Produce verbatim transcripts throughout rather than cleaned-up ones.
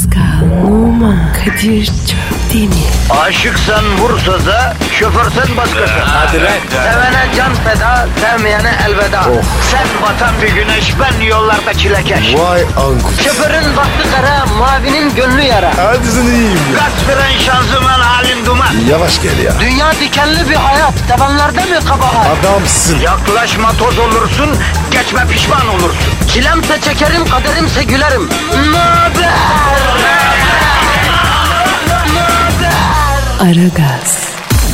Pascal, Oman, Kadir çok değil mi? Aşıksan vursa da, şoförsen başkasın. Hadi lan. Sevene can feda, sevmeyene elveda. Oh. Sen batan bir güneş, ben yollarda çilekeş. Vay anku. Şoförün baktı kara, mavinin gönlü yara. Hadi sen iyiyim ya. Kasperen şanzıman halin duman. Yavaş gel ya. Dünya dikenli bir hayat, sevenlerde mi kabahar? Adamsın. Yaklaşma toz olursun, geçme pişman olursun. Çilemse çekerim, kaderimse gülerim. Möber! Aragaz.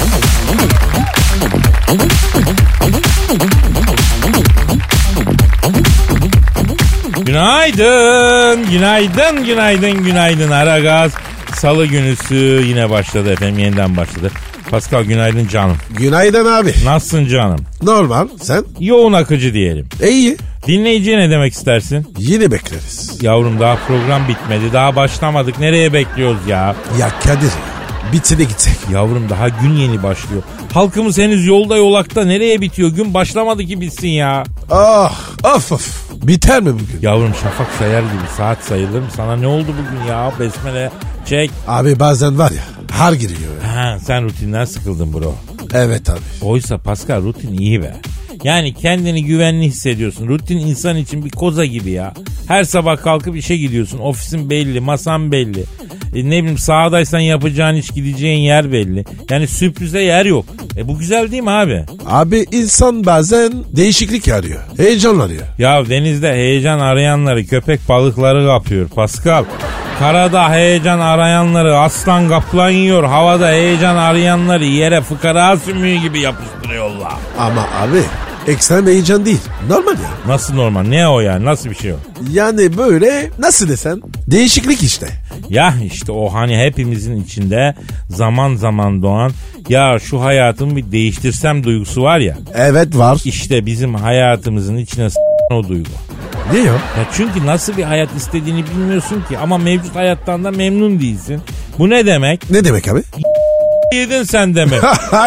Günaydın, günaydın, günaydın, günaydın. Aragaz Salı günüsü yine başladı efendim, yeniden başladı. Pascal günaydın canım. Günaydın abi. Nasılsın canım? Normal, sen? Yoğun akıcı diyelim. E, iyi. Dinleyiciye ne demek istersin? Yine bekleriz. Yavrum daha program bitmedi, daha başlamadık. Nereye bekliyoruz ya? Ya Kadir, bitse de gitsek. Yavrum daha gün yeni başlıyor. Halkımız henüz yolda yolakta, nereye bitiyor? Gün başlamadı ki bitsin ya. Ah, of of. Biter mi bugün? Yavrum şafak sayar gibi saat sayılır mı? Sana ne oldu bugün ya? Besmele çek. Abi bazen var ya, har giriyor ya. Ha, sen rutinden sıkıldın bro. Evet abi. Oysa Pascal rutin iyi be. Yani kendini güvenli hissediyorsun. Rutin insan için bir koza gibi ya. Her sabah kalkıp işe gidiyorsun. Ofisin belli, masan belli. E ne bileyim sahadaysan yapacağın iş, gideceğin yer belli. Yani sürprize yer yok. E bu güzel değil mi abi? Abi insan bazen değişiklik arıyor. Heyecanlanıyor. Ya denizde heyecan arayanları köpek balıkları kapıyor Pascal. Karada heyecan arayanları aslan kaplan yiyor. Havada heyecan arayanları yere fıkara sümüğü gibi yapıştırıyorlar. Ama abi ekstrem heyecan değil. Normal ya. Nasıl normal? Ne o yani? Nasıl bir şey o? Yani böyle nasıl desen değişiklik işte. Ya işte o hani hepimizin içinde zaman zaman doğan ya şu hayatımı bir değiştirsem duygusu var ya. Evet var. İşte bizim hayatımızın içine s*** o duygu. Ne ya? Ya çünkü nasıl bir hayat istediğini bilmiyorsun ki ama mevcut hayattan da memnun değilsin. Bu ne demek? Ne demek abi? Yedin sen demek.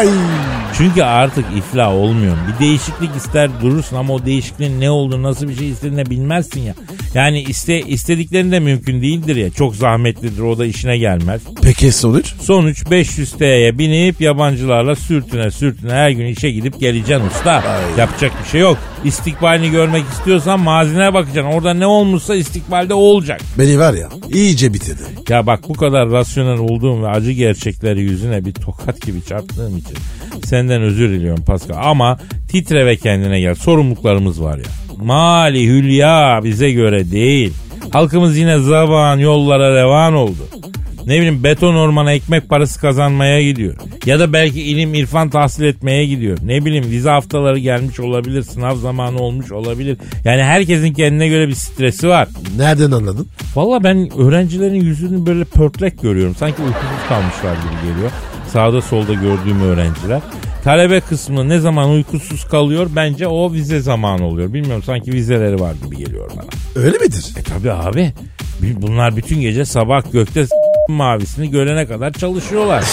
Çünkü artık iflah olmuyor. Bir değişiklik ister durursun ama o değişikliğin ne olduğunu, nasıl bir şey istediğini bilmezsin ya. Yani iste, istediklerin de mümkün değildir ya. Çok zahmetlidir, o da işine gelmez. Peki sonuç? Sonuç beş yüz T'ye binip yabancılarla sürtüne sürtüne her gün işe gidip geleceksin usta. Ay. Yapacak bir şey yok. İstikbalini görmek istiyorsan mazine bakacaksın. Orada ne olmuşsa istikbalde o olacak. Beni var ya iyice bitirdi. Ya bak bu kadar rasyonel olduğum ve acı gerçekleri yüzüne bir tokat gibi çarptığım için senden özür diliyorum Pascal. Ama titre ve kendine gel. Sorumluluklarımız var ya. Mali hülya bize göre değil. Halkımız yine zaban yollara revan oldu. Ne bileyim beton ormana ekmek parası kazanmaya gidiyor. Ya da belki ilim irfan tahsil etmeye gidiyor. Ne bileyim vize haftaları gelmiş olabilir. Sınav zamanı olmuş olabilir. Yani herkesin kendine göre bir stresi var. Nereden anladın? Valla ben öğrencilerin yüzünü böyle pörtlek görüyorum. Sanki uykusuz kalmışlar gibi geliyor. Sağda solda gördüğüm öğrenciler. Talebe kısmı ne zaman uykusuz kalıyor bence o vize zamanı oluyor. Bilmiyorum sanki vizeleri var gibi geliyor bana. Öyle midir? E tabi abi. Bunlar bütün gece sabah gökte s- mavisini görene kadar çalışıyorlar.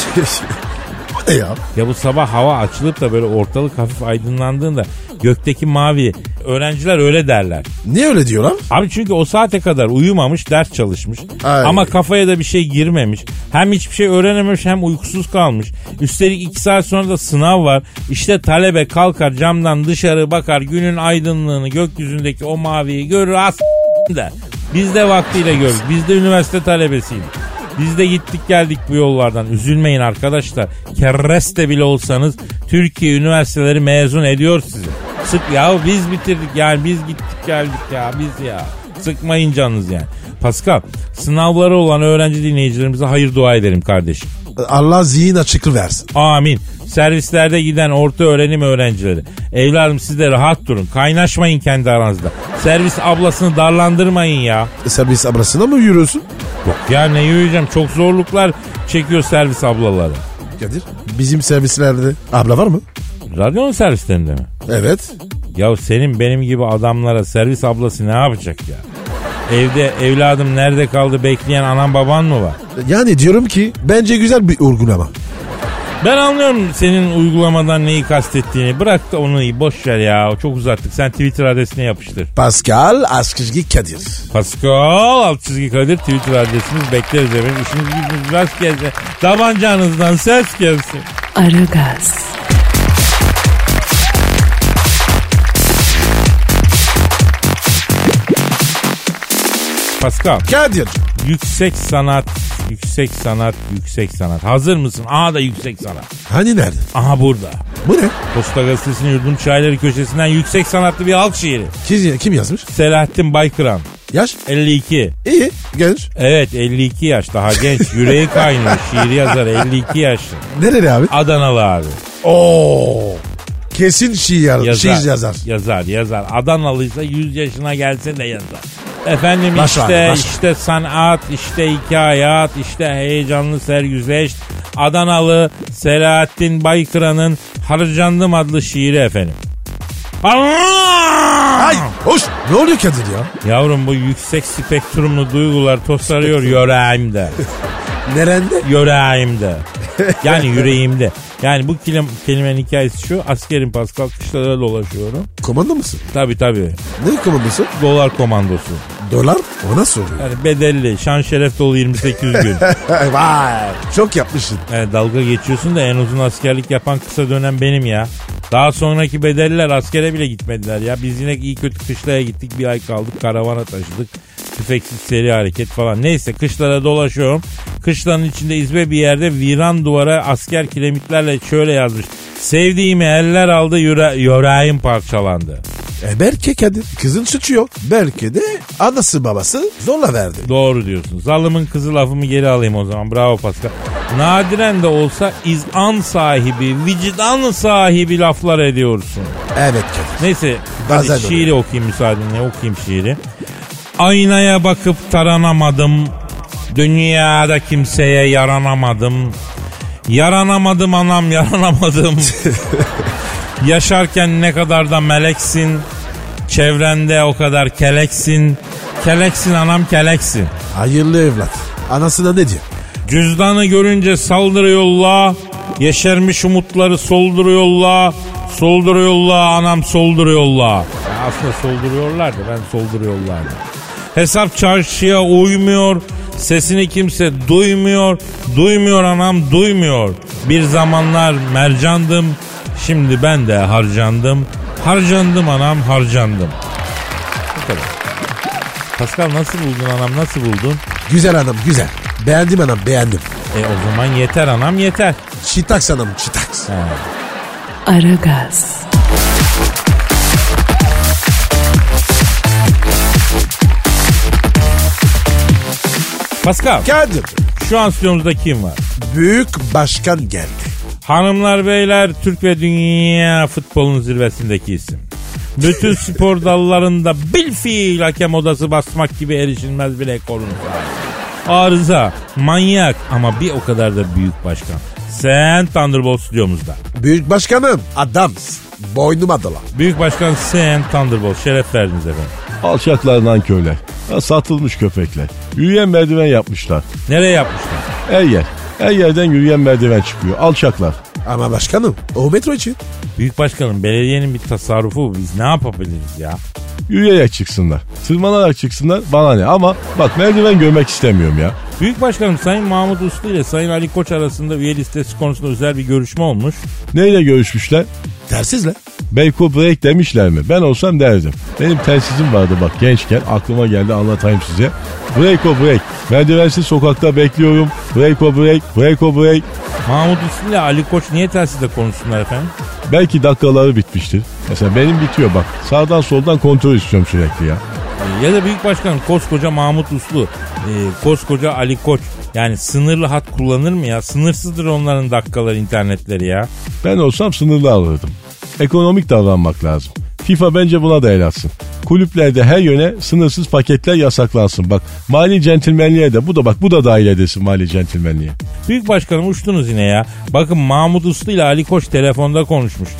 O ne ya? Ya bu sabah hava açılıp da böyle ortalık hafif aydınlandığında gökteki mavi, öğrenciler öyle derler. Niye öyle diyorlar? Abi çünkü o saate kadar uyumamış, ders çalışmış. Ay. Ama kafaya da bir şey girmemiş. Hem hiçbir şey öğrenememiş hem uykusuz kalmış. Üstelik iki saat sonra da sınav var. İşte talebe kalkar camdan dışarı bakar, günün aydınlığını, gökyüzündeki o maviyi görür as der. Biz de vaktiyle gördük. Biz de üniversite talebesiydik. Biz de gittik geldik bu yollardan. Üzülmeyin arkadaşlar. Kereste bile olsanız Türkiye üniversiteleri mezun ediyor sizi. Sık ya biz bitirdik yani biz gittik geldik ya biz ya. Sıkmayın canınız yani. Pascal, sınavları olan öğrenci dinleyicilerimize hayır dua edelim kardeşim. Allah zihin açıklığı versin. Amin. Servislerde giden orta öğrenim öğrencileri. Evladım siz de rahat durun. Kaynaşmayın kendi aranızda. Servis ablasını darlandırmayın ya. Servis ablasına mı yürüyorsun? Yok ya ne yürüyeceğim. Çok zorluklar çekiyor servis ablaları. Kadir, bizim servislerde abla var mı? Radyonun servislerinde mi? Evet. Ya senin benim gibi adamlara servis ablası ne yapacak ya? Evde evladım nerede kaldı bekleyen anan baban mı var? Yani diyorum ki bence güzel bir uygulama. Ben anlıyorum senin uygulamadan neyi kastettiğini. Bırak da onu iyi, boş ver ya. Çok uzattık. Sen Twitter adresine yapıştır. Pascal Askışgi Kadir. Pascal alt çizgi Kadir Twitter adresimiz, bekleriz efendim. İşiniz gücünüz rast gelsin. Tabancanızdan ses gelsin. Aragaz. Pascal. Kadir. Yüksek sanat, yüksek sanat, yüksek sanat. Hazır mısın? Aha da yüksek sanat. Hani nerede? Aha burada. Bu ne? Posta Gazetesi'nin Yurdum Şairleri köşesinden yüksek sanatlı bir halk şiiri. Kim, kim yazmış? Selahattin Baykıran. Yaş? elli iki. İyi, genç. Evet, elli iki yaş, daha genç. Yüreği kaynıyor. Şiir yazar, elli iki yaşlı. Nereli abi? Adanalı abi. Oo. Kesin şiir, Yazar. şiir yazar. Yazar yazar. Adanalıysa yüz yaşına gelse de yazar. Efendim Baş işte var, baş. işte sanat, işte hikayat, işte heyecanlı sergüzeşt. Adanalı Selahattin Baykıran'ın Harcandım adlı şiiri efendim. Ay hoş. Ne oluyor Kadir ya? Yavrum, bu yüksek spektrumlu duygular tosarıyor yüreğimde. Nerede? Yüreğimde. Yani yüreğimde. Yani bu kelim, kelimenin hikayesi şu. Askerim Pascal, kışlara dolaşıyorum. Komando musun? Tabii tabii. Ne komandosu? Dolar komandosu. Dolar? O nasıl oluyor? Yani bedelli, şan şeref dolu yirmi sekiz gün. Vay. Çok yapmışsın. Yani dalga geçiyorsun da en uzun askerlik yapan kısa dönem benim ya. Daha sonraki bedelliler askere bile gitmediler ya. Biz yine iyi kötü kışlaya gittik, bir ay kaldık, karavana taşıdık. Tüfeksiz seri hareket falan. Neyse, kışlara dolaşıyorum. Kışlanın içinde izbe bir yerde viran duvara asker kiremitlerle şöyle yazmış. Sevdiğimi eller aldı, yüre yüreğim parçalandı. E belki Kadir. Kızın suçu yok. Belki de anası babası zorla verdi. Doğru diyorsun. Zalımın kızı lafımı geri alayım o zaman. Bravo Pascal. Nadiren de olsa izan sahibi, vicdan sahibi laflar ediyorsun. Evet Kadir. Neyse, Bazen hadi şiiri oluyor. okuyayım müsaadenle. Okuyayım şiiri. Aynaya bakıp taranamadım. Dünyada kimseye yaranamadım. Yaranamadım anam, yaranamadım. Yaşarken ne kadar da meleksin. Çevrende o kadar keleksin. Keleksin anam, keleksin. Hayırlı evlat. Anasına ne diyor? Cüzdanı görünce saldırıyorlar. Yeşermiş umutları solduruyorlar. Solduruyorlar anam, solduruyorlar. Yani aslında solduruyorlar da ben solduruyorlar da. Hesap çarşıya uymuyor. Sesini kimse duymuyor. Duymuyor anam, duymuyor. Bir zamanlar mercandım. Şimdi ben de harcandım. Harcandım anam, harcandım. Bu kadar. Pascal, nasıl buldun anam, nasıl buldun? Güzel anam, güzel. Beğendim anam, beğendim. E o zaman yeter anam, yeter. Çitaks anam, çitaks. He. Aragaz. Pascal, Kadir. şu an stüdyomuzda kim var? Büyük başkan geldi. Hanımlar beyler, Türk ve dünya futbolunun zirvesindeki isim. Bütün spor dallarında bilfiil hakem odası basmak gibi erişilmez bir rekorun sahibi. Arıza, manyak ama bir o kadar da büyük başkan. Sen Thunderbolt stüdyomuzda. Büyük başkanım, adamsın. Boynuma dola. Büyük başkan Sen Thunderbolt, şeref verdiniz efendim. Alçaklardan köyler. Ya satılmış köpekler. Yürüyen merdiven yapmışlar. Nereye yapmışlar? Her yer. Her yerden yürüyen merdiven çıkıyor. Alçaklar. Ama başkanım, o metro için. Büyük başkanım, belediyenin bir tasarrufu bu. Biz ne yapabiliriz ya? Yürüyerek çıksınlar. Tırmanarak çıksınlar, bana ne. Ama bak, merdiven görmek istemiyorum ya. Büyük başkanım, Sayın Mahmut Uslu ile Sayın Ali Koç arasında üye listesi konusunda özel bir görüşme olmuş. Neyle görüşmüşler? Tersizle. Beyko break demişler mi? Ben olsam derdim. Benim telsizim vardı bak gençken, aklıma geldi, anlatayım size. Beyko break. Merdivensiz sokakta bekliyorum. Beyko break, Beyko break. Mahmut Uslu ile Ali Koç niye telsizde konuşsunlar efendim? Belki dakikaları bitmiştir. Mesela benim bitiyor bak. Sağdan soldan kontrol istiyorum sürekli ya. Ya da büyük başkanım, koskoca Mahmut Uslu, e, koskoca Ali Koç, yani sınırlı hat kullanır mı ya? Sınırsızdır onların dakikaları, internetleri ya. Ben olsam sınırlı alırdım. Ekonomik davranmak lazım. FIFA bence buna da el atsın. Kulüplerde her yöne sınırsız paketler yasaklansın. Bak, mali centilmenliğe de bu da bak bu da dahil edesin mali centilmenliğe. Büyük başkanım, uçtunuz yine ya. Bakın, Mahmut Uslu ile Ali Koç telefonda konuşmuşlar.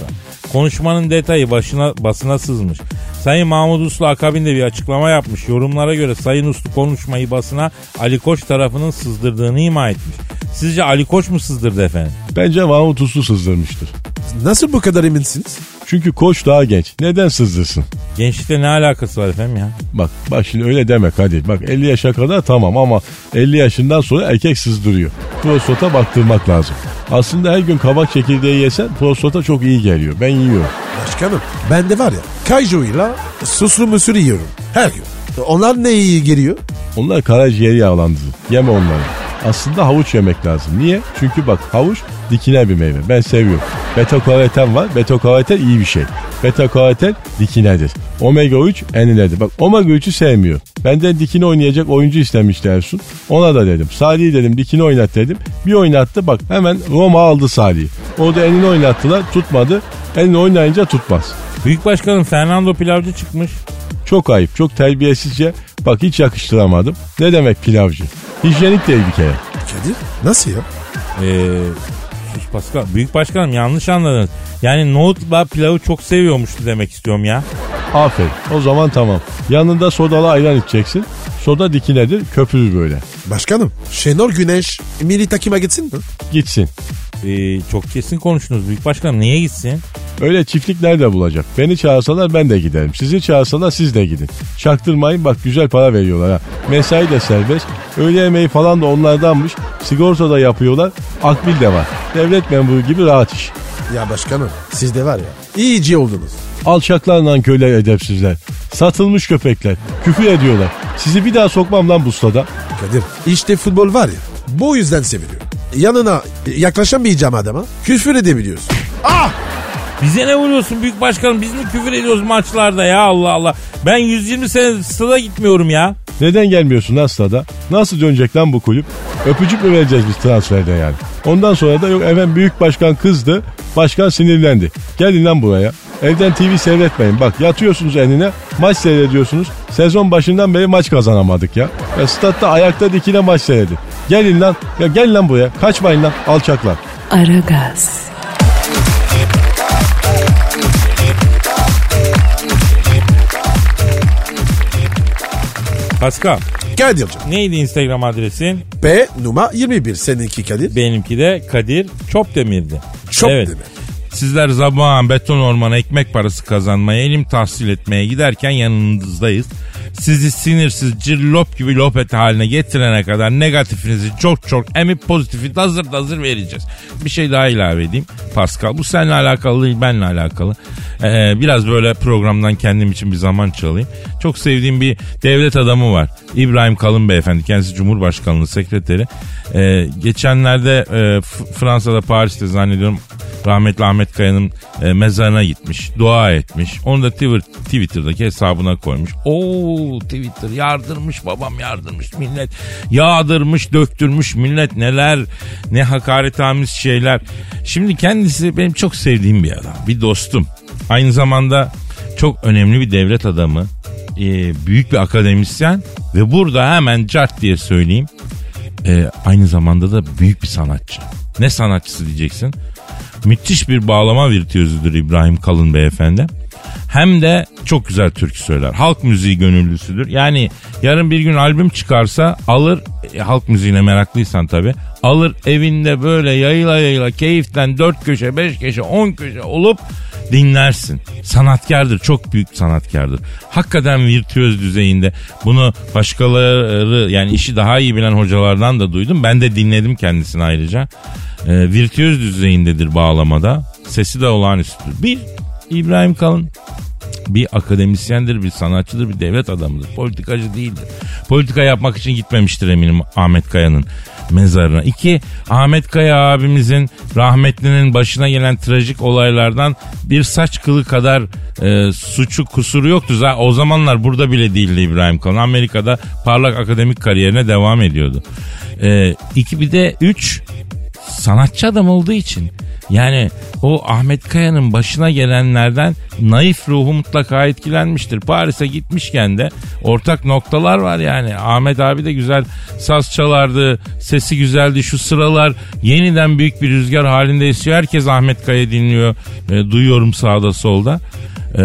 Konuşmanın detayı başına, basına sızmış. Sayın Mahmut Uslu akabinde bir açıklama yapmış. Yorumlara göre Sayın Uslu konuşmayı basına Ali Koç tarafının sızdırdığını ima etmiş. Sizce Ali Koç mu sızdırdı efendim? Bence Mahmut Uslu sızdırmıştır. Nasıl bu kadar eminsiniz? Çünkü Koç daha genç. Neden sızdırsın? Gençlikte ne alakası var efendim ya? Bak bak şimdi öyle deme Kadir. Bak elli yaşa kadar tamam ama elli yaşından sonra erkek sızdırıyor. Prostata baktırmak lazım. Aslında her gün kabak çekirdeği yesen prostata çok iyi geliyor. Ben yiyorum. Başkanım ben de var ya kayjoyla suslu müsür yiyorum her gün. Onlar ne iyi geliyor? Onlar karaciğeri yağlandırır. Yeme onları. Aslında havuç yemek lazım. Niye? Çünkü bak havuç dikine bir meyve. Ben seviyorum. Beta-karoten var. Beta-karoten iyi bir şey. Beta-karoten dikinedir. Omega üç eninedir. Bak omega üçü sevmiyor. Benden dikine oynayacak oyuncu istemişti Ersun. Ona da dedim. Salih'i dedim dikine oynat dedim. Bir oynattı bak hemen Roma aldı Salih'i. Orada enini oynattılar tutmadı. Enini oynayınca tutmaz. Büyük Başkanım Fernando Pilavcı çıkmış. Çok ayıp, çok terbiyesizce. Bak hiç yakıştıramadım. Ne demek pilavcı? Hijyenik değil bir kere. Kadir nasıl ya? Eee... Pascal, Büyük Başkanım yanlış anladınız. Yani nohutla pilavı çok seviyormuştu demek istiyorum ya. Aferin. O zaman tamam. Yanında sodalı ayran içeceksin. Soda dikinedir, köpürür böyle. Başkanım Şenol Güneş milli takıma gitsin mi? Gitsin. Ee, çok kesin konuştunuz Büyük Başkanım. Niye gitsin? Öyle çiftlik nerede bulacak? Beni çağırsalar ben de giderim. Sizi çağırsalar siz de gidin. Çaktırmayın bak güzel para veriyorlar ha. Mesai de serbest. Öğle yemeği falan da onlardanmış. Sigorta da yapıyorlar. Akbil de var. Devlet memuru gibi rahat iş. Ya başkanım siz de var ya iyice oldunuz. Alçaklar nankörler edepsizler. Satılmış köpekler. Küfür ediyorlar. Sizi bir daha sokmam lan bu stada. Kadir işte futbol var ya bu yüzden seviliyor. Yanına yaklaşamayacağım adama küfür edebiliyorsun. Ah! Bize ne vuruyorsun Büyük Başkanım? Biz mi küfür ediyoruz maçlarda ya Allah Allah. Ben yüz yirmi sene stada gitmiyorum ya. Neden gelmiyorsun lan stada? Nasıl dönecek lan bu kulüp? Öpücük mü vereceğiz biz transferde yani? Ondan sonra da yok efendim Büyük Başkan kızdı. Başkan sinirlendi. Gelin lan buraya. Evden T V seyretmeyin. Bak yatıyorsunuz enine maç seyrediyorsunuz. Sezon başından beri maç kazanamadık ya. Ya statta ayakta dikine maç seyredin. Gelin lan. Ya gel lan buraya. Kaçmayın lan alçaklar. Aragaz. Pascal. Kadir'cim. Neydi Instagram adresin? P numara yirmi bir seninki Kadir. Benimki de Kadir Çopdemir'di. Çok evet. demir. Sizler sabahın beton ormana ekmek parası kazanmaya, ilim tahsil etmeye giderken yanınızdayız. Sizi sinirsiz cillop gibi lopet haline getirene kadar negatifinizi çok çok emip pozitifi de hazır da hazır vereceğiz. Bir şey daha ilave edeyim Pascal. Bu seninle alakalı değil, benimle alakalı. Ee, biraz böyle programdan kendim için bir zaman çalayım. Çok sevdiğim bir devlet adamı var. İbrahim Kalın Beyefendi. Kendisi Cumhurbaşkanlığı sekreteri. Ee, geçenlerde e, Fransa'da Paris'te zannediyorum rahmetli Ahmet Kaya'nın e, mezarına gitmiş. Dua etmiş. Onu da Twitter, Twitter'daki hesabına koymuş. Oo Twitter yardırmış babam yardırmış. Millet yağdırmış döktürmüş. Millet neler ne hakaretamiz şeyler. Şimdi kendisi benim çok sevdiğim bir adam. Bir dostum. Aynı zamanda çok önemli bir devlet adamı. E, büyük bir akademisyen. Ve burada hemen cart diye söyleyeyim. E, aynı zamanda da büyük bir sanatçı. Ne sanatçısı diyeceksin? Müthiş bir bağlama virtüözüdür İbrahim Kalın Beyefendi. Hem de çok güzel türkü söyler. Halk müziği gönüllüsüdür. Yani yarın bir gün albüm çıkarsa alır, e, halk müziğine meraklıysan tabii, alır evinde böyle yayıla yayıla keyiften dört köşe, beş köşe, on köşe olup dinlersin. Sanatkardır, çok büyük sanatkardır. Hakikaten virtüöz düzeyinde. Bunu başkaları yani işi daha iyi bilen hocalardan da duydum. Ben de dinledim kendisini ayrıca. E, virtüöz düzeyindedir bağlamada. Sesi de olağanüstüdür. Bir, İbrahim Kalın bir akademisyendir, bir sanatçıdır, bir devlet adamıdır. Politikacı değildir. Politika yapmak için gitmemiştir eminim Ahmet Kaya'nın mezarına. İki, Ahmet Kaya abimizin rahmetlinin başına gelen trajik olaylardan bir saç kılı kadar e, suçu kusuru yoktu. Zaten o zamanlar burada bile değildi İbrahim Kalın. Amerika'da parlak akademik kariyerine devam ediyordu. E, iki bir de üç, sanatçı adam olduğu için Yani o Ahmet Kaya'nın başına gelenlerden naif ruhu mutlaka etkilenmiştir. Paris'e gitmişken de ortak noktalar var yani. Ahmet abi de güzel saz çalardı, sesi güzeldi. Şu sıralar yeniden büyük bir rüzgar halinde esiyor. Herkes Ahmet Kaya dinliyor, e, duyuyorum sağda solda. E,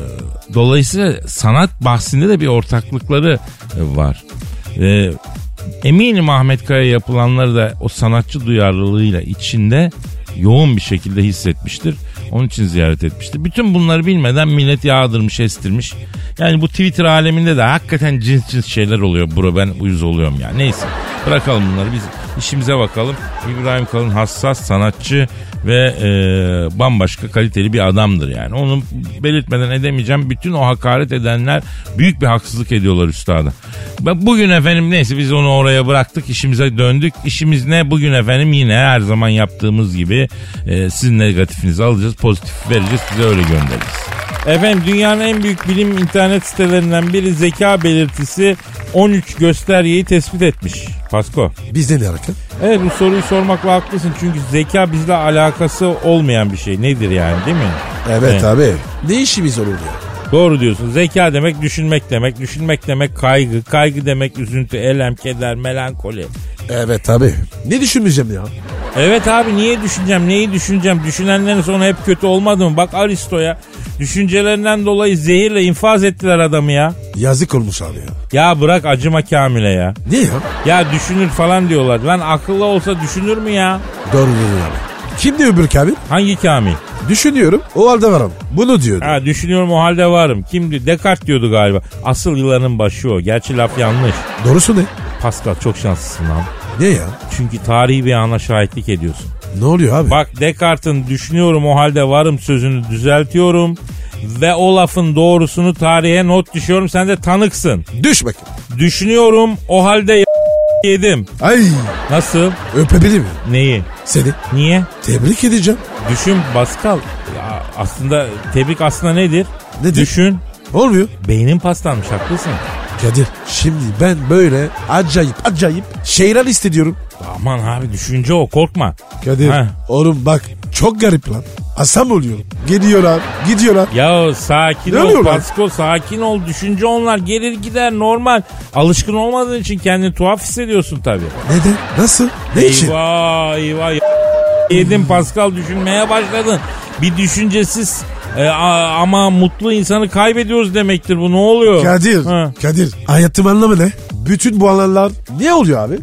dolayısıyla sanat bahsinde de bir ortaklıkları e, var. E, eminim Ahmet Kaya yapılanları da o sanatçı duyarlılığıyla içinde yoğun bir şekilde hissetmiştir. Onun için ziyaret etmiştir. Bütün bunları bilmeden millet yağdırmış, estirmiş. Yani bu Twitter aleminde de hakikaten cins cins şeyler oluyor bro. Ben uyuz oluyorum ya. Neyse bırakalım bunları, biz işimize bakalım. İbrahim Kalın hassas, sanatçı ve e, bambaşka kaliteli bir adamdır yani. Onu belirtmeden edemeyeceğim. Bütün o hakaret edenler büyük bir haksızlık ediyorlar üstada. Bugün efendim neyse biz onu oraya bıraktık, işimize döndük. İşimiz ne? Bugün efendim yine her zaman yaptığımız gibi e, sizin negatifinizi alacağız, pozitif vereceğiz, size öyle göndeririz. Efendim dünyanın en büyük bilim internet sitelerinden biri zeka belirtisi on üç göstergeyi tespit etmiş. Pasko. Bizde ne alaka? Evet, bu soruyu sormakla haklısın. Çünkü zeka bizle alakası olmayan bir şey. Nedir yani, değil mi? Evet, evet. Abi. Ne işimiz olur ya? Doğru diyorsun. Zeka demek düşünmek demek. Düşünmek demek kaygı. Kaygı demek üzüntü, elem, keder, melankoli. Evet abi. Ne düşünmeyeceğim ya? Evet abi, niye düşüneceğim? Neyi düşüneceğim? Düşünenlerin sonu hep kötü olmadı mı? Bak Aristo'ya. Düşüncelerinden dolayı zehirle infaz ettiler adamı ya. Yazık olmuş abi ya. Ya bırak acıma Kamil'e ya. Ne ya? Ya düşünür falan diyorlar. Lan akıllı olsa düşünür mü ya? Doğru diyorsun abi. Kimdi öbür Kamil? Hangi Kamil? Düşünüyorum, o halde varım. Bunu diyordu. Ha, düşünüyorum, o halde varım. Kimdi? Descartes diyordu galiba. Asıl yılanın başı o. Gerçi laf yanlış. Doğrusu ne? Pascal çok şanslısın lan. Ne ya? Çünkü tarihi bir ana şahitlik ediyorsun. Ne oluyor abi? Bak, Descartes'in düşünüyorum o halde varım sözünü düzeltiyorum. Ve o lafın doğrusunu tarihe not düşüyorum. Sen de tanıksın. Düş bakayım. Düşünüyorum o halde y- yedim. Ay. Nasıl? Öpebilir mi? Neyi? Seni. Niye? Tebrik edeceğim. Düşün Pascal. Ya aslında tebrik aslında nedir? Nedir? Düşün. Olmuyor. Beynin paslanmış, haklısın. Kadir, şimdi ben böyle acayip acayip şeyler hissediyorum. Aman abi, düşünce o, korkma. Kadir, Heh. oğlum bak çok garip lan. Asam oluyorum. Gidiyorlar, gidiyorlar. Ya sakin Ne ol oluyor lan? Pasko, sakin ol. Düşünce onlar gelir gider, normal. Alışkın olmadığın için kendini tuhaf hissediyorsun tabii. Neden? Nasıl? Ne için? Eyvah eyvah y- yedin Pascal, düşünmeye başladın. Bir düşüncesiz e, a- ama mutlu insanı kaybediyoruz demektir bu, ne oluyor? Kadir, Ha. Kadir hayatım anlamı ne? Bütün bu alanlar niye oluyor abi?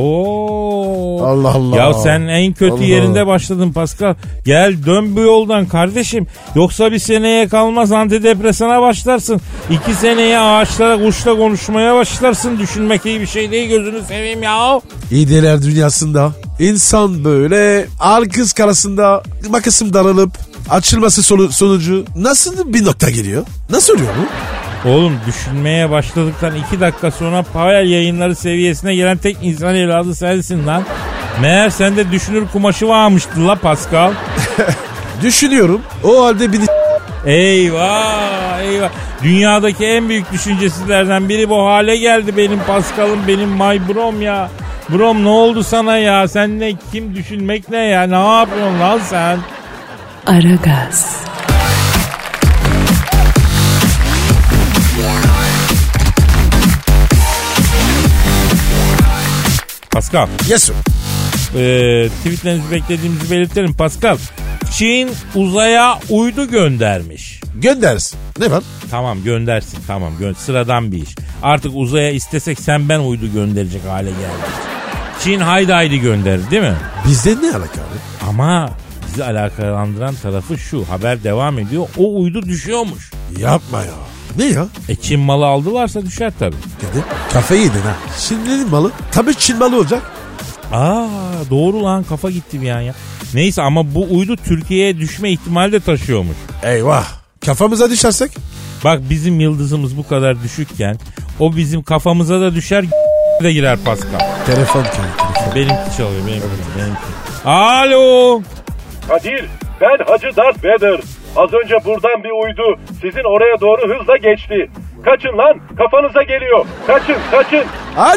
Oo. Allah Allah. Ya sen en kötü Allah. yerinde başladın Pascal. Gel dön bu yoldan kardeşim. Yoksa bir seneye kalmaz antidepresana başlarsın. İki seneye ağaçlara kuşla konuşmaya başlarsın. Düşünmek iyi bir şey değil, gözünü seveyim ya. İdeler dünyasında insan böyle arkız karasında makasım darılıp açılması sonu- sonucu nasıl bir nokta geliyor? Nasıl oluyor bu? Oğlum, düşünmeye başladıktan iki dakika sonra Payal yayınları seviyesine gelen tek insan evladı sensin lan. Meğer sende düşünür kumaşı varmıştı la Pascal. Düşünüyorum. O halde bir Eyvah eyvah. Dünyadaki en büyük düşüncesizlerden biri bu hale geldi benim Pascal'ım, benim my brom ya. Brom, ne oldu sana ya? Sen ne, kim, düşünmek ne ya? Ne yapıyorsun lan sen? Aragaz. Pascal, yes sir. e, tweetlerinizi beklediğimizi belirtelim Pascal. Çin uzaya uydu göndermiş. Göndersin. Ne var? Tamam, göndersin, tamam, gö- sıradan bir iş. Artık uzaya istesek sen ben uydu gönderecek hale geldik. Çin haydi haydi gönderir, değil mi? Bizde ne alaka abi? Ama bizi alakalandıran tarafı şu, haber devam ediyor, o uydu düşüyormuş. Yapma ya. Ne ya? E Çin malı aldılarsa düşer tabii. Kadir kafayı yedin ha. Çin'in malı. Tabii Çin malı olacak. Aa, doğru lan, kafa gitti bir an ya. Neyse, ama bu uydu Türkiye'ye düşme ihtimali de taşıyormuş. Eyvah. Kafamıza düşersek? Bak, bizim yıldızımız bu kadar düşükken o bizim kafamıza da düşer de girer Pascal. Telefon kendi telefon. Benimki çalıyor, benimki, benimki. Alo. Kadir, ben Hacı Darth Vader. Az önce buradan bir uydu sizin oraya doğru hızla geçti. Kaçın lan, kafanıza geliyor. Kaçın, kaçın.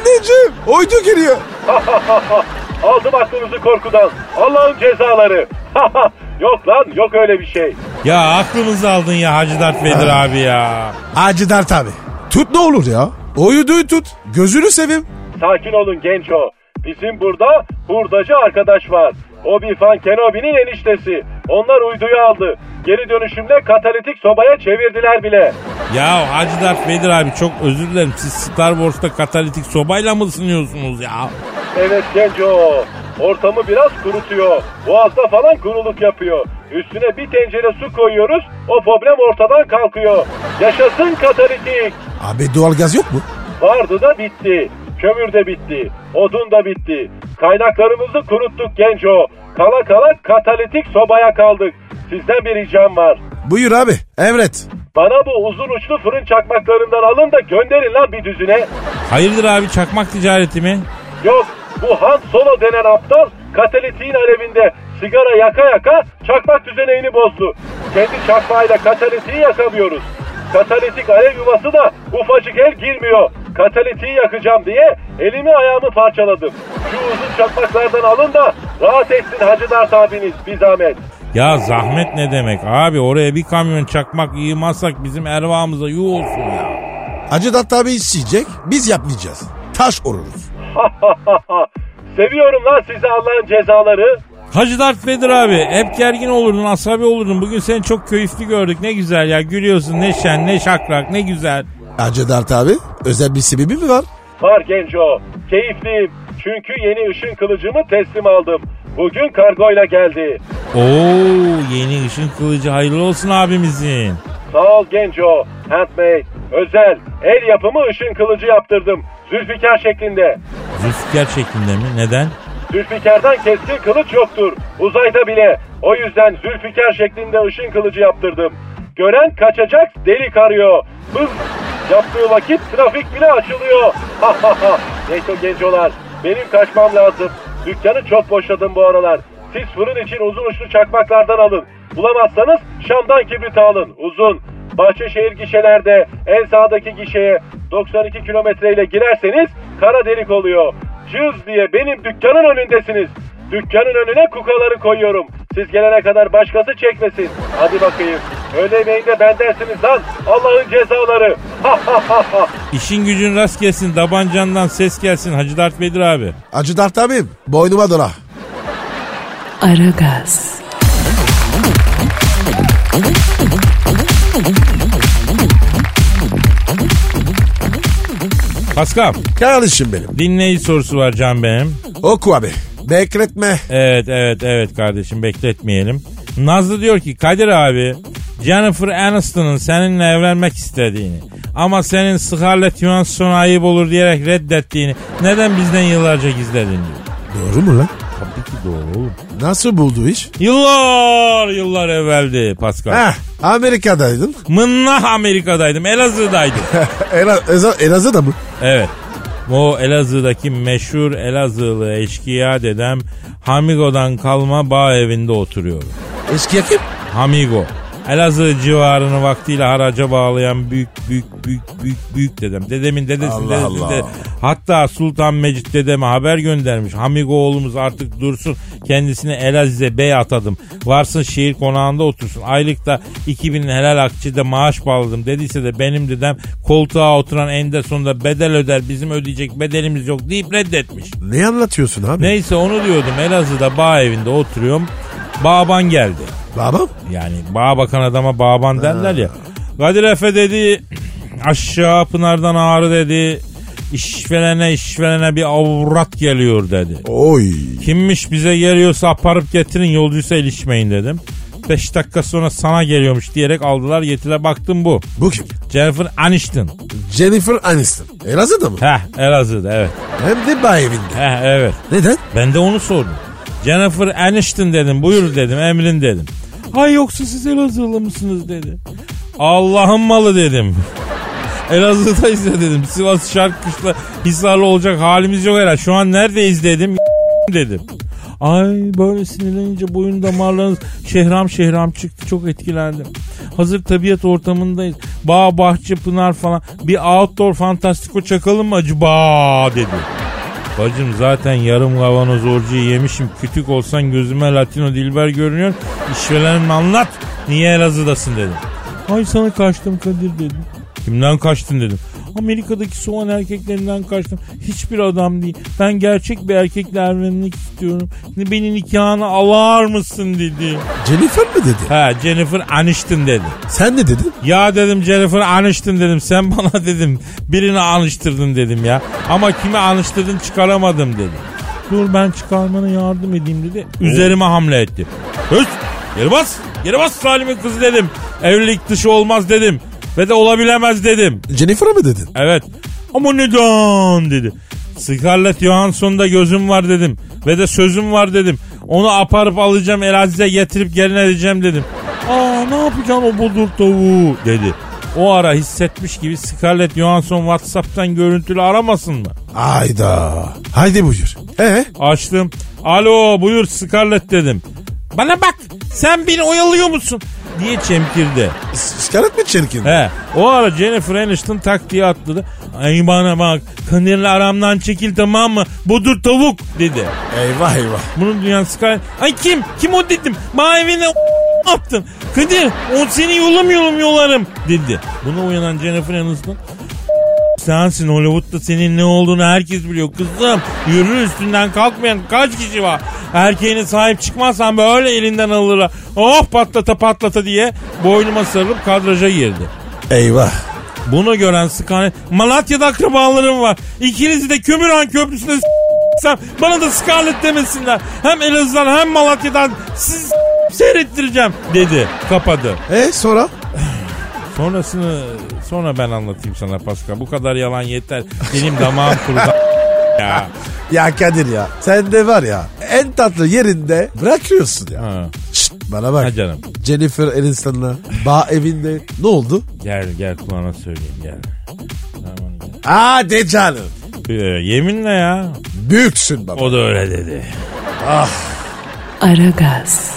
Anneciğim uydu geliyor. Aldım aklınızı korkudan. Allah'ın cezaları. Yok lan, yok öyle bir şey. Ya aklımızı aldın ya Hacı Dert Vedir abi ya. Hacı Dert abi. Tut ne olur ya. O uyduyu tut. Gözünü seveyim. Sakin olun genco. Bizim burada hurdacı arkadaş var. Obi-Wan Kenobi'nin eniştesi. Onlar uyduyu aldı. Geri dönüşümle katalitik sobaya çevirdiler bile. Ya Hacı Dert Vedir abi çok özür dilerim. Siz Star Wars'ta katalitik sobayla mı ısınıyorsunuz ya? Evet genco. Ortamı biraz kurutuyor. Boğazda falan kuruluk yapıyor. Üstüne bir tencere su koyuyoruz. O problem ortadan kalkıyor. Yaşasın katalitik. Abi doğalgaz yok mu? Vardı da bitti. Kömür de bitti. Odun da bitti. Kaynaklarımızı kuruttuk genco. Kala kala katalitik sobaya kaldık. Sizden bir ricam var. Buyur abi. Emret. Bana bu uzun uçlu fırın çakmaklarından alın da gönderin lan bir düzine. Hayırdır abi çakmak ticareti mi? Yok, bu Han Solo denen aptal katalitiğin alevinde sigara yaka yaka çakmak düzeneğini bozdu. Kendi çakmağıyla katalitiği yakamıyoruz. Katalitik alev yuvası da ufacık el girmiyor. Katalitiği yakacağım diye elimi ayağımı parçaladım. Şu uzun çakmaklardan alın da rahat etsin Hacı Dert abiniz, bir zahmet. Ya zahmet ne demek abi, oraya bir kamyon çakmak yığmazsak bizim ervamıza yuh olsun ya. Hacı Dert abi isteyecek, biz yapmayacağız. Taş oluruz. Seviyorum lan sizi Allah'ın cezaları. Hacı Dert Vedir abi hep gergin olurdun, asabi olurdun. Bugün seni çok keyifli gördük, ne güzel ya, gülüyorsun, ne şen ne şakrak, ne güzel. Hacı Dert abi özel bir sebebi mi var? Var genco, keyifliyim. Çünkü yeni ışın kılıcımı teslim aldım. Bugün kargoyla geldi. Oo, yeni ışın kılıcı hayırlı olsun abimizin. Sağ ol genco, handmade, özel, el yapımı ışın kılıcı yaptırdım. Zülfikar şeklinde. Zülfikar şeklinde mi? Neden? Zülfikar'dan keskin kılıç yoktur. Uzayda bile. O yüzden Zülfikar şeklinde ışın kılıcı yaptırdım. Gören kaçacak, delik arıyor. Hız yaptığı vakit trafik bile açılıyor. Ha ha ha. Neyse gencolar, benim kaçmam lazım. Dükkanı çok boşladım bu aralar. Siz fırın için uzun uçlu çakmaklardan alın. Bulamazsanız Şam'dan kibrit alın. Uzun. Bahçeşehir gişelerde en sağdaki gişeye doksan iki kilometreyle girerseniz kara delik oluyor. Cız diye benim dükkanın önündesiniz. Dükkanın önüne kukaları koyuyorum. Siz gelene kadar başkası çekmesin. Hadi bakayım. Öğle yemeğinde bendensiniz lan. Allah'ın cezaları. İşin gücün rast gelsin, tabancandan ses gelsin Hacı Dert Vedir abi. Hacı Dert abim boynuma dola. Aragaz. Pascal, Kardeşim benim. dinleyici sorusu var can benim. Oku abi. Bekletme. Evet evet evet kardeşim, bekletmeyelim. Nazlı diyor ki Kadir abi, Jennifer Aniston'un seninle evlenmek istediğini ama senin Scarlett Johansson'a ayıp olur diyerek reddettiğini neden bizden yıllarca gizledin diyor. Doğru mu lan? Tabii ki doğru oğlum. Nasıl buldu iş? Yıllar yıllar evveldi Pascal. Heh, Amerika'daydın. Mınnah Amerika'daydım, Elazığ'daydım. Elazığ, Elazığ'da mı? Evet. O Elazığ'daki meşhur Elazığlı eşkıya dedem Hamigo'dan kalma bağ evinde oturuyorum. Eşkıya kim? Hamigo. Elazığ civarını vaktiyle haraca bağlayan büyük büyük büyük büyük büyük dedem. Dedemin dedesinin Allah dedesi Allah. de, hatta Sultan Mecit dedeme haber göndermiş. Hamigo oğlumuz artık dursun, kendisine Elazığ'a bey atadım. Varsın şehir konağında otursun. Aylıkta iki bin helal akçede maaş bağladım dediyse de benim dedem koltuğa oturan eninde sonunda bedel öder, bizim ödeyecek bedelimiz yok deyip reddetmiş. Ne anlatıyorsun abi? Neyse onu diyordum, Elazığ'da bağ evinde oturuyorum. Bağban geldi. Babam? Yani bağ bakan adama bağban derler ya. Kadir Efe dedi, aşağı Pınar'dan Ağrı dedi, işverene işverene bir avrat geliyor dedi. Oy. Kimmiş bize geliyorsa aparıp getirin, yolcuysa ilişmeyin dedim. Beş dakika sonra sana geliyormuş diyerek aldılar getirdiler, baktım bu. Bu kim? Jennifer Aniston. Jennifer Aniston. Elazığ'da mı? Heh, Elazığ'da evet. Hem de bağ evinde. Heh, evet. Neden? Ben de onu sordum. Jennifer Aniston dedim, buyur dedim, emrin dedim. Hay yoksa siz Elazığlı mısınız dedi. Allah'ın malı dedim. Elazığ'dayız ya dedim. Sivas Şarkışla Hisarlı olacak halimiz yok herhalde. Şu an neredeyiz dedim. dedim. Ay böyle sinirlenince boyun damarlarınız şehram şehram çıktı, çok etkilendim. Hazır tabiat ortamındayız. Bağ, bahçe, pınar falan. Bir outdoor fantastiko çakalım mı acaba dedi. Bacım zaten yarım kavanoz orcuyu yemişim. Kütük olsan gözüme Latino Dilber görünüyor. İşverenime anlat. Niye Elazığ'dasın dedim. Ay sana kaçtım Kadir dedim. Kimden kaçtın dedim. Amerika'daki soğan erkeklerinden kaçtım. Hiçbir adam değil. Ben gerçek bir erkekle evlenmek istiyorum. Beni nikahına alar mısın dedi. Jennifer mi dedi? Ha, Jennifer Aniston dedi. Sen ne dedin? Ya dedim Jennifer Aniston dedim. Sen bana dedim birini anıştırdın dedim ya. Ama kimi anıştırdın çıkaramadım dedi. Dur ben çıkarmana yardım edeyim dedi. Üzerime hamle etti. Höst! Geri bas! Geri bas Salim'in kızı dedim. Evlilik dışı olmaz dedim. Ve de olabilemez dedim. Jennifer'a mı dedin? Evet. Ama neden dedi. Scarlett Johansson'da gözüm var dedim. Ve de sözüm var dedim. Onu aparıp alacağım, Elazığ'a getirip gelin edeceğim dedim. Aa ne yapacaksın o budur tavuğu dedi. O ara hissetmiş gibi Scarlett Johansson WhatsApp'tan görüntülü aramasın mı? Hayda. Haydi buyur. Ee? Açtım. Alo buyur Scarlett dedim. Bana bak sen beni oyalıyor musun diye çemkirdi. Scarlett mi çirkin? He. O ara Jennifer Aniston tak diye atladı. Ay bana bak Kadir'le aramdan çekil tamam mı? Budur tavuk dedi. Eyvah eyvah. Bunun dünyası Scarlett. Ay kim? Kim o dedim. Bana evine attın. Kadir o seni yolum yolum yolarım dedi. Buna uyanan Jennifer Aniston. Sensin Hollywood'da senin ne olduğunu herkes biliyor kızım. Yürü üstünden kalkmayan kaç kişi var. Erkeğine sahip çıkmazsan böyle elinden alırlar. Oh patlata patlata diye boynuma sarılıp kadraja girdi. Eyvah. Bunu gören Scarlett, Malatya'da akrabalarım var. İkinizi de Kömürhan Köprüsü'nde s***sam. Bana da Scarlett demesinler. Hem Elazığ'dan hem Malatya'dan siz seyrettireceğim dedi. Kapadı. E sonra? Sonrasını sonra ben anlatayım sana Pascal. Bu kadar yalan yeter. Benim damağım kurudan ya. Ya Kadir ya sen de var ya en tatlı yerinde bırakıyorsun ya. Ha. Şşt, bana bak. Ha canım. Jennifer Aniston'la bağ evinde ne oldu? Gel gel kulağına söyleyeyim gel. Tamam, gel. Aa de canım. Ee, yeminle ya. Büyüksün baba. O da öyle dedi. Ah. Aragaz.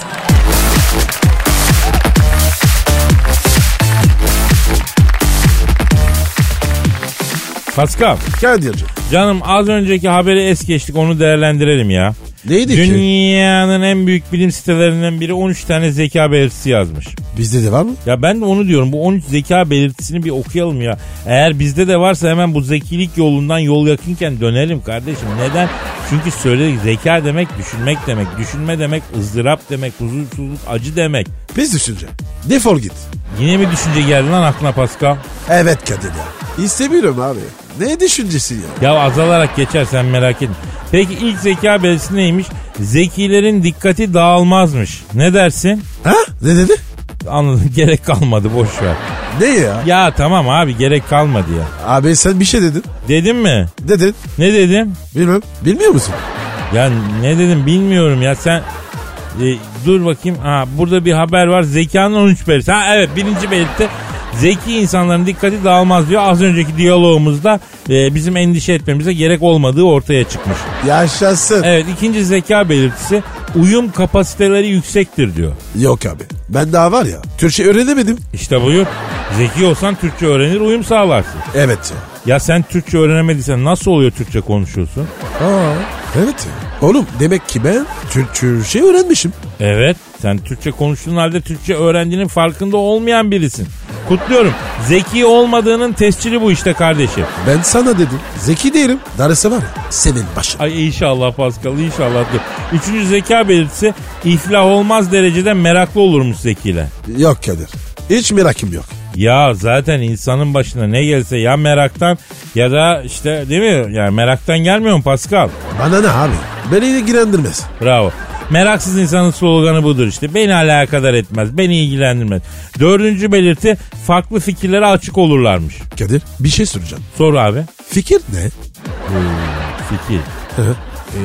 Pascal. Kadir'cim. Canım az önceki haberi es geçtik onu değerlendirelim ya. Neydi ki? Dünyanın en büyük bilim sitelerinden biri on üç tane zeka belirtisi yazmış. Bizde de var mı? Ya ben de onu diyorum bu on üç zeka belirtisini bir okuyalım ya. Eğer bizde de varsa hemen bu zekilik yolundan yol yakınken dönelim kardeşim. Neden? Çünkü söyledik zeka demek düşünmek demek. Düşünme demek ızdırap demek. Huzursuzluk acı demek. Biz düşünce. Defol git. Yine mi düşünce geldi lan aklına Pascal? Evet Kadir ya. İstemiyorum abi. Ne düşüncesi ya? Ya azalarak geçer sen merak etme. Peki ilk zeka belirtisi neymiş? Zekilerin dikkati dağılmazmış. Ne dersin? Ha? Ne dedi? Anladım gerek kalmadı boş ver. Ne ya? Ya tamam abi gerek kalmadı ya. Abi sen bir şey dedin. Dedim mi? Dedin. Ne dedim? Bilmem. Bilmiyor musun? Ya ne dedim bilmiyorum ya sen e, dur bakayım. Ha burada bir haber var. Zekanın on üç belirtisi. Ha evet birinci belirti. Zeki insanların dikkati dağılmaz diyor. Az önceki diyalogumuzda e, bizim endişe etmemize gerek olmadığı ortaya çıkmış. Yaşasın. Evet ikinci zeka belirtisi uyum kapasiteleri yüksektir diyor. Yok abi. Ben daha var ya Türkçe öğrenemedim. İşte buyur. Zeki olsan Türkçe öğrenir uyum sağlarsın. Evet ya. Ya sen Türkçe öğrenemediysen nasıl oluyor Türkçe konuşuyorsun? Aa, evet ya. Oğlum demek ki ben Türkçe öğrenmişim. Evet sen Türkçe konuştuğun halde Türkçe öğrendiğinin farkında olmayan birisin. Kutluyorum. Zeki olmadığının tescili bu işte kardeşim. Ben sana dedim. Zeki değilim. Darısı var ya. Senin başın. Ay inşallah Pascal inşallah. Üçüncü zeka belirtisi iflah olmaz derecede meraklı olurmuş zekiler. Yok Kadir. Hiç merakım yok. Ya zaten insanın başına ne gelse ya meraktan ya da işte değil mi? Yani meraktan gelmiyor mu Pascal? Bana ne abi? Beni ilgilendirmez. Bravo. Meraksız insanın sloganı budur işte. Beni alakadar etmez, beni ilgilendirmez. Dördüncü belirti farklı fikirlere açık olurlarmış. Kadir bir şey soracağım. Sor abi. Fikir ne? Ee, fikir. ee,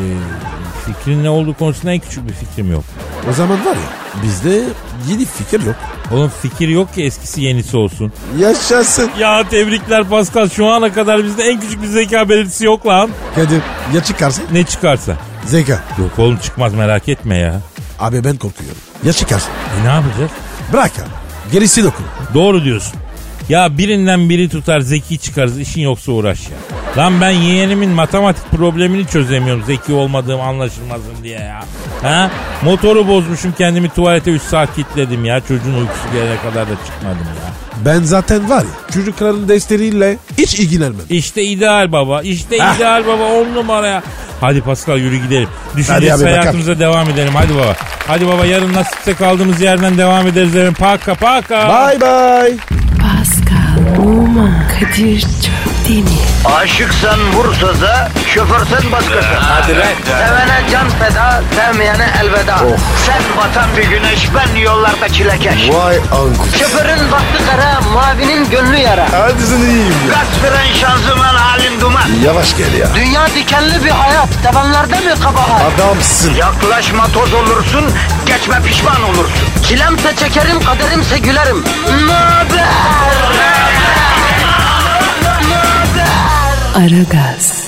fikrin ne olduğu konusunda en küçük bir fikrim yok. O zaman var ya bizde yeni fikir yok. Oğlum fikir yok ki eskisi yenisi olsun. Yaşasın. Ya tebrikler Pascal şu ana kadar bizde en küçük bir zeka belirtisi yok lan. Kadir ya çıkarsa? Ne çıkarsa. Zeka. Yok oğlum çıkmaz merak etme ya. Abi ben korkuyorum. Ya çıkarsa? E ne yapacağız? Bırak abi. Gerisi dokun. Doğru diyorsun. Ya birinden biri tutar zeki çıkarız işin yoksa uğraş ya. Lan ben yeğenimin matematik problemini çözemiyorum zeki olmadığım anlaşılmasın diye ya. Ha? Motoru bozmuşum, kendimi tuvalete üç saat kilitledim ya. Çocuğun uykusu gelene kadar da çıkmadım ya. Ben zaten var ya çocukların desteğiyle hiç ilgilenmem. İşte ideal baba. İşte Ah. ideal baba, on numara ya. Hadi Pascal yürü gidelim. Hadi Düşüncesiz abi, hayatımıza bakalım. devam edelim. Hadi baba. Hadi baba, yarın nasipse kaldığımız yerden devam ederiz. Efendim. Paka paka. Bye bye. Pascal, Oman, Kadir çok değil mi? Aşıksan vursa da, şoförsen başkasın. Hadi lan. Sevene can feda, sevmeyene elveda. Sen batan bir güneş, ben yollarda çilekeş. Vay anku. Şoförün baktı kara, mavinin gönlü yara. Hadi sen iyiyim ya. Kasperen şanzıman halin duman. Yavaş gel ya. Dünya dikenli bir hayat, sevenlerde mi kabahar? Adamsın. Yaklaşma toz olursun, geçme pişman olursun. Çilemse çekerim, kaderimse gülerim. Möber! Aragaz.